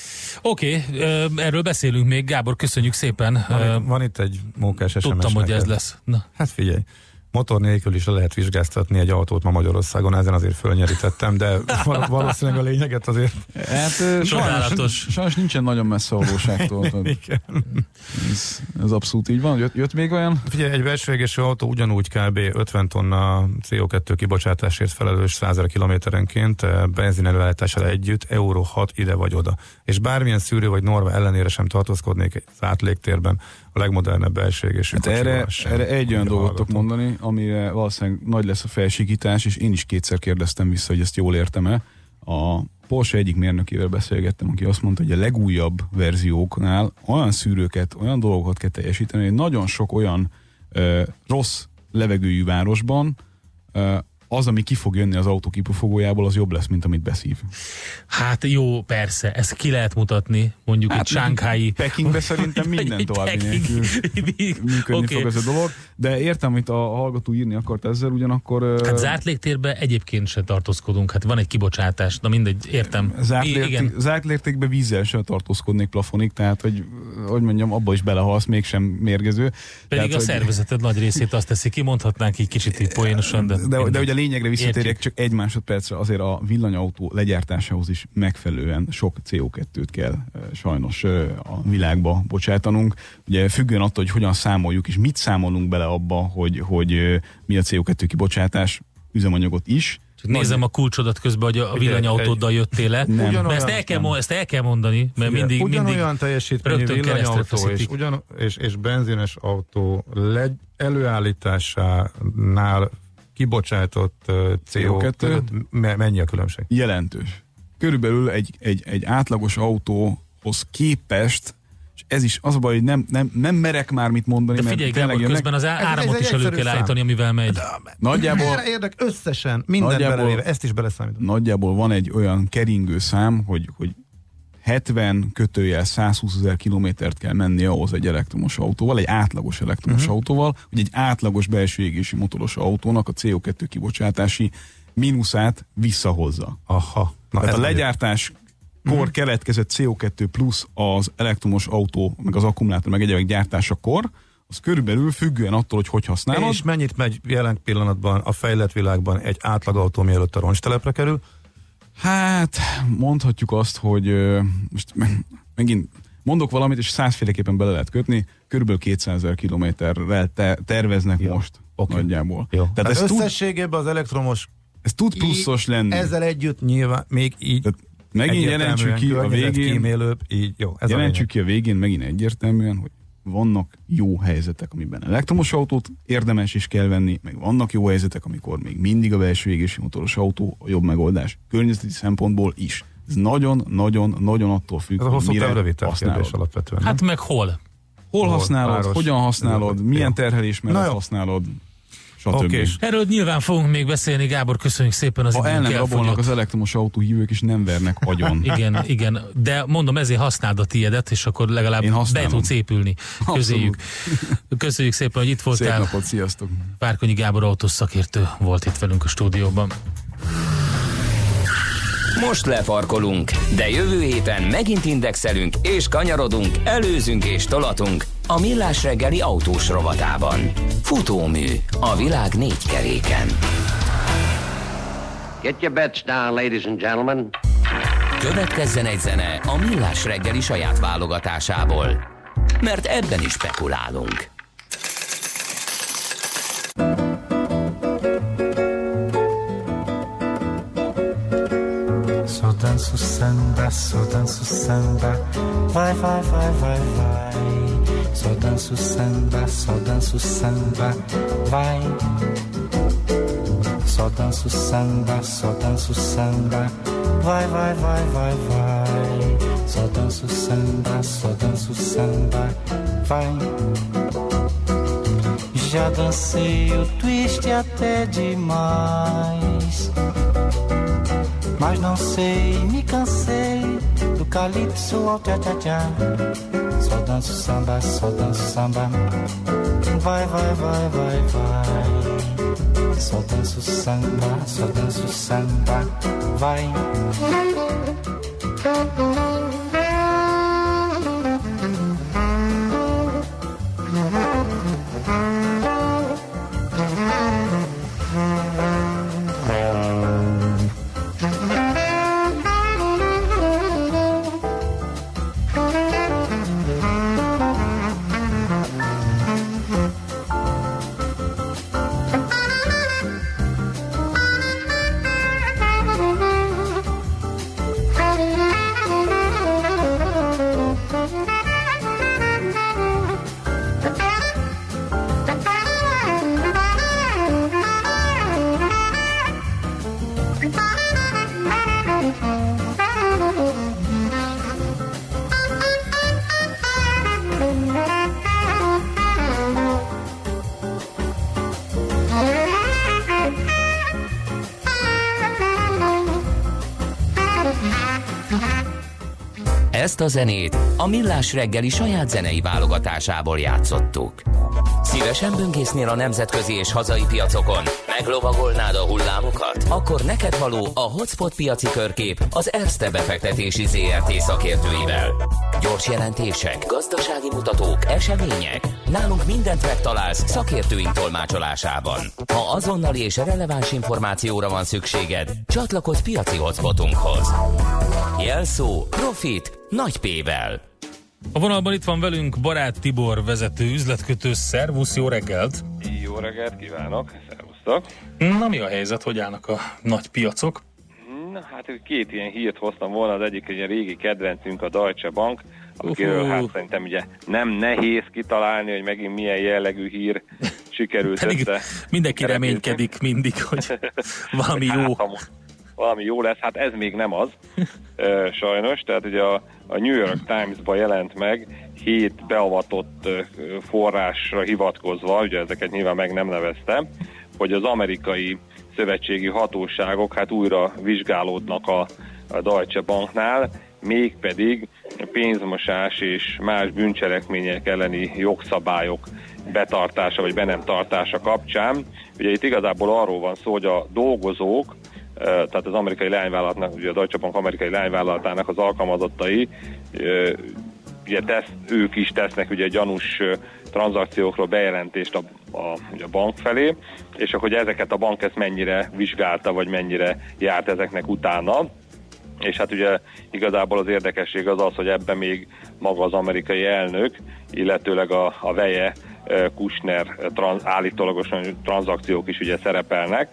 Oké, okay, erről beszélünk még. Gábor, köszönjük szépen. Van, van itt egy mókás es em es. Tudtam, hogy neked. ez lesz. Na. Hát figyelj, motor nélkül is le lehet vizsgáztatni egy autót ma Magyarországon, ezen azért fölnyerítettem, de val- valószínűleg a lényeget azért... Hát sajnos, sajnos nincsen nagyon messze a valóságtól. Igen. Ez, ez abszolút így van. Jött, jött még olyan? Figyelj, egy belső égésű autó ugyanúgy kb. ötven tonna cé o kettő kibocsátásért felelős százezer kilométerenként, benzin előállítással együtt, euró hat ide vagy oda. És bármilyen szűrő vagy norma ellenére sem tartózkodnék az átlégtérben a legmodernebb belső égésű hát erre, erre egy olyan dolgot tudok mondani, amire valószínűleg nagy lesz a felsikítás, és én is kétszer kérdeztem vissza, hogy ezt jól értem-e. A Porsche egyik mérnökével beszélgettem, aki azt mondta, hogy a legújabb verzióknál olyan szűrőket, olyan dolgokat kell teljesíteni, hogy nagyon sok olyan ö, rossz levegőjű városban ö, az, ami ki fog jönni az autó kipufogójából, az jobb lesz, mint amit beszív. Hát jó, persze, ezt ki lehet mutatni, mondjuk hát, egy sánghái... Pekingbe szerintem minden további nélkül működni okay. fog ez a dolog, de értem, amit a hallgató írni akart ezzel, ugyanakkor... Hát zárt légtérben egyébként sem tartózkodunk, hát van egy kibocsátás, na mindegy, értem. Zárt, lérték, zárt légtérben vízzel sem tartózkodnék plafonig, tehát, hogy, hogy mondjam, abba is belehalsz, mégsem mérgező. Pedig tehát, a hogy... szervezeted nagy részét azt teszi ki, mondhatnánk így kicsit így poénosan, de... De, de ugye a lényegre visszatérjek csak egy másodpercre, azért a villanyautó legyártásához is megfelelően sok cé o kettőt kell e, sajnos e, a világba bocsátanunk. Ugye függően attól, hogy hogyan számoljuk, és mit számolunk bele abba, hogy, hogy e, mi a cé o kettő kibocsátás, üzemanyagot is. Csak nézem a kulcsodat közben, hogy a villanyautóddal jöttél le. Mert ezt el, kell, ezt el kell mondani, mert igen, mindig... ugyanolyan teljesítményű villanyautó és, ugyan, és, és benzines autó legy, előállításánál kibocsátott uh, cé o kettő, mennyi a különbség? Jelentős. Körülbelül egy, egy, egy átlagos autóhoz képest, és ez is az a baj, hogy nem, nem, nem merek már mit mondani. De figyelj, Gábor, közben az áramot is elő kell állítani, amivel megy. Nagyjából... Érdek összesen, minden belevéve, ezt is beleszámítom. Nagyjából van egy olyan keringő szám, hogy, hogy hetven kötőjel százhúszezer kilométert kell menni ahhoz egy elektromos autóval, egy átlagos elektromos uh-huh. autóval, hogy egy átlagos belső égési motoros autónak a cé o kettő kibocsátási mínuszát visszahozza. Aha. Na, tehát a legyártáskor uh-huh. keletkezett cé o kettő plusz az elektromos autó, meg az akkumulátor, meg egyébként gyártásakor, az körülbelül függően attól, hogy hogy használod. És mennyit megy jelen pillanatban a fejlett világban egy átlagautó, mielőtt a roncstelepre kerül? Hát, mondhatjuk azt, hogy uh, most megint mondok valamit, és százféleképpen bele lehet kötni, körülbelül kétszázezer kilométerrel te- terveznek jó. most okay. nagyjából. Jó. Tehát ez összességében az elektromos ez tud pluszos lenni. Ezzel együtt nyilván még így tehát megint jelentsük ki a végén, kímélőbb, így jó. Ez jelentsük ki a végén megint egyértelműen, hogy vannak jó helyzetek, amiben elektromos autót érdemes is kell venni, meg vannak jó helyzetek, amikor még mindig a belső égési motoros autó a jobb megoldás. Környezeti szempontból is. Ez nagyon-nagyon-nagyon attól függ, ez a hosszú mire rövid használod. Alapvetően. Hát meg hol? Hol használod, város, hogyan használod, milyen terhelés mellett használod, stb. Okay. Erről nyilván fogunk még beszélni, Gábor, köszönjük szépen az időnk elfogyott. Ha el nem rabolnak az elektromos autóhívők is nem vernek agyon. Igen, igen, de mondom, ezért használd a tiédet, és akkor legalább be tudsz épülni. Köszönjük. Köszönjük szépen, hogy itt voltál. Szép napot, sziasztok. Várkonyi Gábor autós szakértő volt itt velünk a stúdióban. Most lefarkolunk, de jövő héten megint indexelünk és kanyarodunk, előzünk és tolatunk a Millás reggeli autós rovatában. Futómű a világ négy keréken. Get your bets down, ladies and gentlemen. Következzen egy zene a Millás reggeli saját válogatásából, mert ebben is spekulálunk. Só danço samba, só danço samba, vai, vai, vai, vai, vai. Só danço samba, só danço samba, vai. Só danço samba, só danço samba, vai, vai, vai, vai, vai. Só danço samba, só danço samba, vai. Já dancei o twist até demais, mas não sei, me cansei do calypso ao tchá-tchá-tchá. Só danço samba, só danço samba, vai, vai, vai, vai, vai. Só danço samba, só danço samba, vai. Ezt a zenét a Millás reggeli saját zenei válogatásából játszottuk. Szívesen böngésznél a nemzetközi és hazai piacokon? Meglovagolnád a hullámokat? Akkor neked való a Hotspot piaci körkép az Erste befektetési zé er té szakértőivel. Gyors jelentések, gazdasági mutatók, események. Nálunk mindent megtalálsz szakértőink tolmácsolásában. Ha azonnali és releváns információra van szükséged, csatlakozz piaci hotspotunkhoz. Jelszó Profit nagy P-vel. A vonalban itt van velünk Barát Tibor, vezető üzletkötő. Szervusz, jó reggelt! Jó reggelt kívánok, szervusztok! Na, mi a helyzet, hogy állnak a nagy piacok? Na, hát két ilyen hírt hoztam volna, az egyik egy régi kedvencünk, a Deutsche Bank, akiről hát szerintem ugye nem nehéz kitalálni, hogy megint milyen jellegű hír sikerült Pedig össze. Mindenki reménykedik mindig, hogy valami jó. Hát, valami jó lesz, hát ez még nem az, e, sajnos, tehát ugye a, a New York Times-ba jelent meg hét beavatott e, forrásra hivatkozva, ugye ezeket nyilván meg nem neveztem, hogy az amerikai szövetségi hatóságok hát újra vizsgálódnak a, a Deutsche Banknál, mégpedig pénzmosás és más bűncselekmények elleni jogszabályok betartása vagy be nem tartása kapcsán. Ugye itt igazából arról van szó, hogy a dolgozók, tehát az amerikai leányvállalatnak, ugye a Deutsche Bank amerikai leányvállalatának az alkalmazottai, ugye tesz, ők is tesznek ugye gyanús tranzakciókról bejelentést a, a, a bank felé, és akkor ezeket a bank ezt mennyire vizsgálta, vagy mennyire járt ezeknek utána. És hát ugye igazából az érdekesség az az, hogy ebben még maga az amerikai elnök, illetőleg a, a veje Kushner trans, állítólagosan tranzakciók is ugye szerepelnek.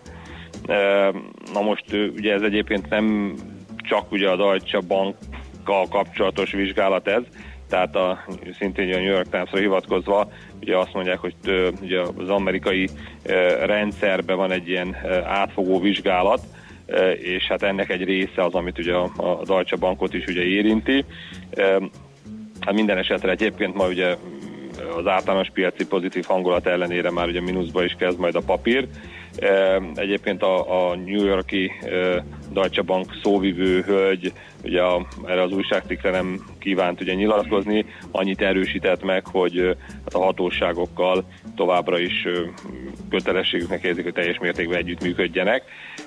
Na most ugye ez egyébként nem csak ugye a Deutsche Bankkal kapcsolatos vizsgálat ez, tehát a, szintén a New York Times-ra hivatkozva ugye azt mondják, hogy tő, ugye az amerikai e, rendszerben van egy ilyen e, átfogó vizsgálat, e, és hát ennek egy része az, amit ugye a, a Deutsche Bankot is ugye érinti. E, hát minden esetre egyébként ma ugye az általános piaci pozitív hangulat ellenére már ugye mínuszba is kezd majd a papír. Egyébként a, a New York-i Deutsche Bank szóvivő hölgy ugye a, erre az újságcikkre nem kívánt ugye nyilatkozni, annyit erősített meg, hogy hát a hatóságokkal továbbra is kötelességüknek érzik, hogy teljes mértékben együttműködjenek.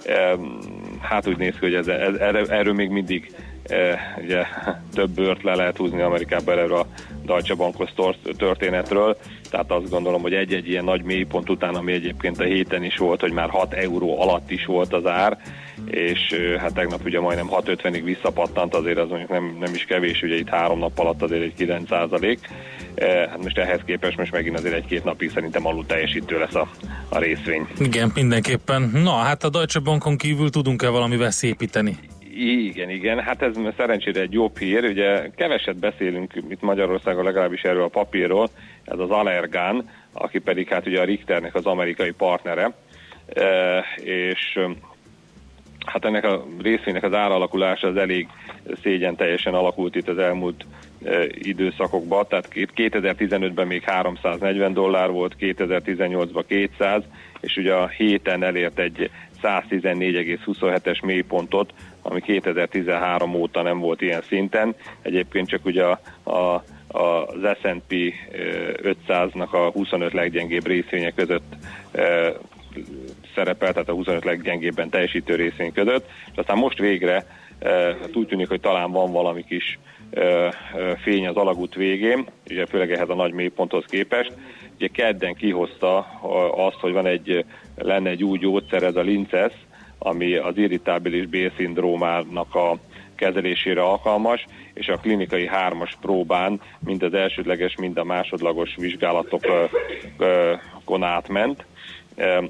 Hát úgy néz ki, hogy ez, ez, erről, erről még mindig ugye több bőrt le lehet húzni Amerikában erről a Deutsche Bankos történetről, tehát azt gondolom, hogy egy-egy ilyen nagy mélypont után, ami egyébként a héten is volt, hogy már hat euró alatt is volt az ár, és hát tegnap ugye majdnem hat ötvenig visszapattant, azért az mondjuk nem, nem is kevés, ugye itt három nap alatt azért egy kilenc százalék, hát most ehhez képest most megint azért egy-két napig szerintem alul teljesítő lesz a, a részvény. Igen, mindenképpen. Na, hát a Deutsche Bankon kívül tudunk-e valamivel szépíteni? Igen, igen, hát ez szerencsére egy jobb hír, ugye keveset beszélünk itt Magyarországon legalábbis erről a papírról, ez az Allergan, aki pedig hát ugye a Richternek az amerikai partnere, e, és hát ennek a részvénynek az áralakulása az elég szégyen teljesen alakult itt az elmúlt e, időszakokban, tehát kétezer-tizenötben még háromszáznegyven dollár volt, kétezer-tizennyolcban kétszáz, és ugye a héten elért egy száztizennégy egész huszonhetes mélypontot, ami kétezer-tizenhárom óta nem volt ilyen szinten. Egyébként csak ugye a, a, az es and pé ötszáznak a huszonöt leggyengébb részvénye között e, szerepel, tehát a huszonöt leggyengébben teljesítő részvény között, és aztán most végre e, hát úgy tűnik, hogy talán van valami kis e, e, fény az alagút végén, ugye főleg ehhez a nagy mélyponthoz képest. Ugye kedden kihozta azt, hogy van egy, lenne egy új gyógyszer, ez a Linces, ami az irritábilis bélszindrómának a kezelésére alkalmas, és a klinikai hármas próbán mind az elsődleges, mind a másodlagos vizsgálatokon átment. E,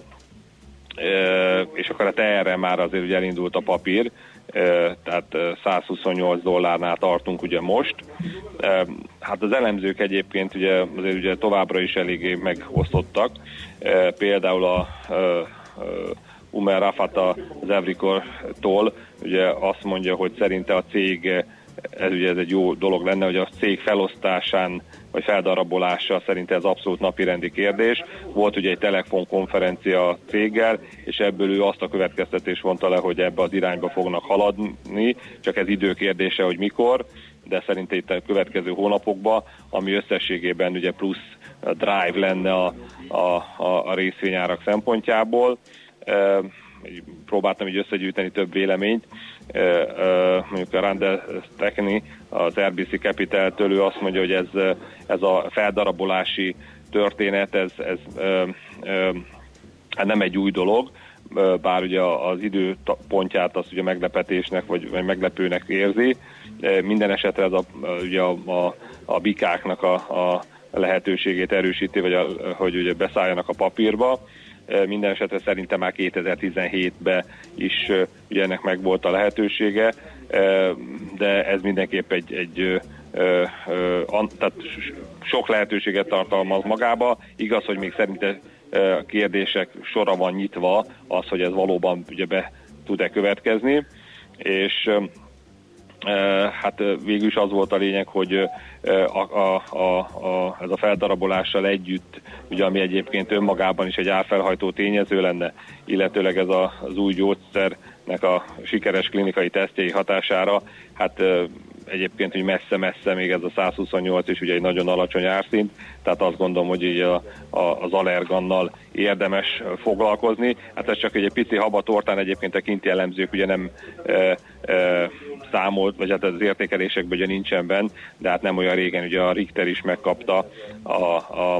e, és akkor hát erre már azért ugye elindult a papír, e, tehát százhuszonnyolc dollárnál tartunk ugye most. E, hát az elemzők egyébként ugye, azért ugye továbbra is eléggé megosztottak. E, például a e, Umer Rafat az Evercore-tól ugye azt mondja, hogy szerinte a cég, ez ugye ez egy jó dolog lenne, hogy a cég felosztásán vagy feldarabolása szerinte ez abszolút napirendi kérdés. Volt ugye egy telefonkonferencia a céggel, és ebből ő azt a következtetést vonta le, hogy ebbe az irányba fognak haladni, csak ez idő kérdése, hogy mikor. de szerintem itt a következő hónapokban, ami összességében ugye plusz drive lenne a, a, a, a részvényárak szempontjából. E, próbáltam így összegyűjteni több véleményt. E, e, mondjuk a Randall Stekny az er bé cé Capital-től, ő azt mondja, hogy ez, ez a feldarabolási történet, ez, ez e, e, nem egy új dolog, bár ugye az időpontját azt ugye meglepetésnek vagy, vagy meglepőnek érzi. Minden esetre ez a, ugye a, a, a bikáknak a, a lehetőségét erősíti, vagy a, hogy ugye beszálljanak a papírba. Minden esetre szerintem már kétezer-tizenhétben is ugye ennek meg volt a lehetősége, de ez mindenképp egy, egy tehát sok lehetőséget tartalmaz magába. Igaz, hogy még szerintem kérdések sora van nyitva, az, hogy ez valóban ugye be tud-e következni, és hát végül is az volt a lényeg, hogy a, a, a, a, ez a feldarabolással együtt, ugye, ami egyébként önmagában is egy árfelhajtó tényező lenne, illetőleg ez a, az új gyógyszernek a sikeres klinikai tesztjei hatására, hát egyébként, hogy messze-messze még ez a száz huszonnyolc is ugye egy nagyon alacsony árszint, tehát azt gondolom, hogy így a, a, az Allergannal érdemes foglalkozni. Hát ez csak egy pici habatortán, egyébként a kinti elemzők ugye nem e, e, számolt, vagy hát az értékelésekben ugye nincsen benn, de hát nem olyan régen ugye a Richter is megkapta a, a,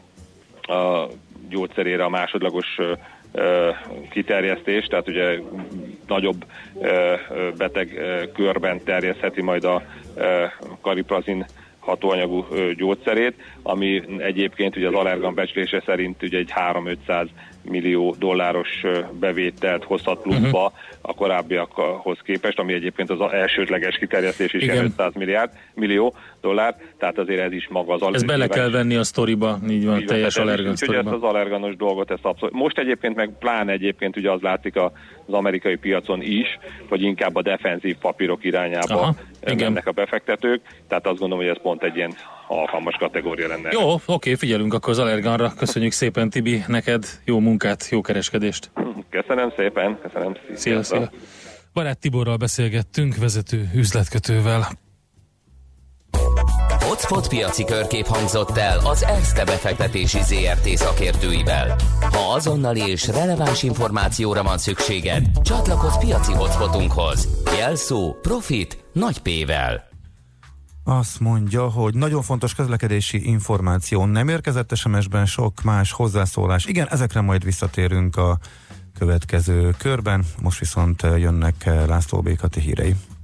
a gyógyszerére a másodlagos kiterjesztés, tehát ugye nagyobb beteg körben terjesztheti majd a kariprazin hatóanyagú gyógyszerét, ami egyébként ugye az Allergan becslése szerint ugye egy háromszáz-ötszáz millió dolláros bevételt hozhat pluszba uh-huh. a korábbiakhoz képest, ami egyébként az elsődleges kiterjesztés is ötszáz milliárd, millió dollár, tehát azért ez is maga az Allergan. Ez bele kell venni a sztoriba, így van, így teljes Allergan sztoriba. Úgyhogy ezt az allerganos dolgot, ezt abszolút. Most egyébként meg pláne egyébként ugye az látszik az amerikai piacon is, hogy inkább a defenzív papírok irányába Aha, mennek a befektetők, tehát azt gondolom, hogy ez pont egy ilyen alkalmas kategória lenne. Jó, oké, figyelünk akkor az Allerganra. Köszönjük szépen, Tibi, neked jó munkát, jó kereskedést. Köszönöm szépen, köszönöm. Szia, szia. Barát Tiborral beszélgettünk, vezető üzletkötővel. Hotspot piaci körkép hangzott el az Erste befektetési zé er té szakértőivel. Ha azonnali és releváns információra van szükséged, csatlakozz piaci hotspotunkhoz. Jelszó Profit nagy P-vel. Azt mondja, hogy nagyon fontos közlekedési információ nem érkezett es em es-ben, sok más hozzászólás. Igen, ezekre majd visszatérünk a következő körben. Most viszont jönnek László Békati hírei.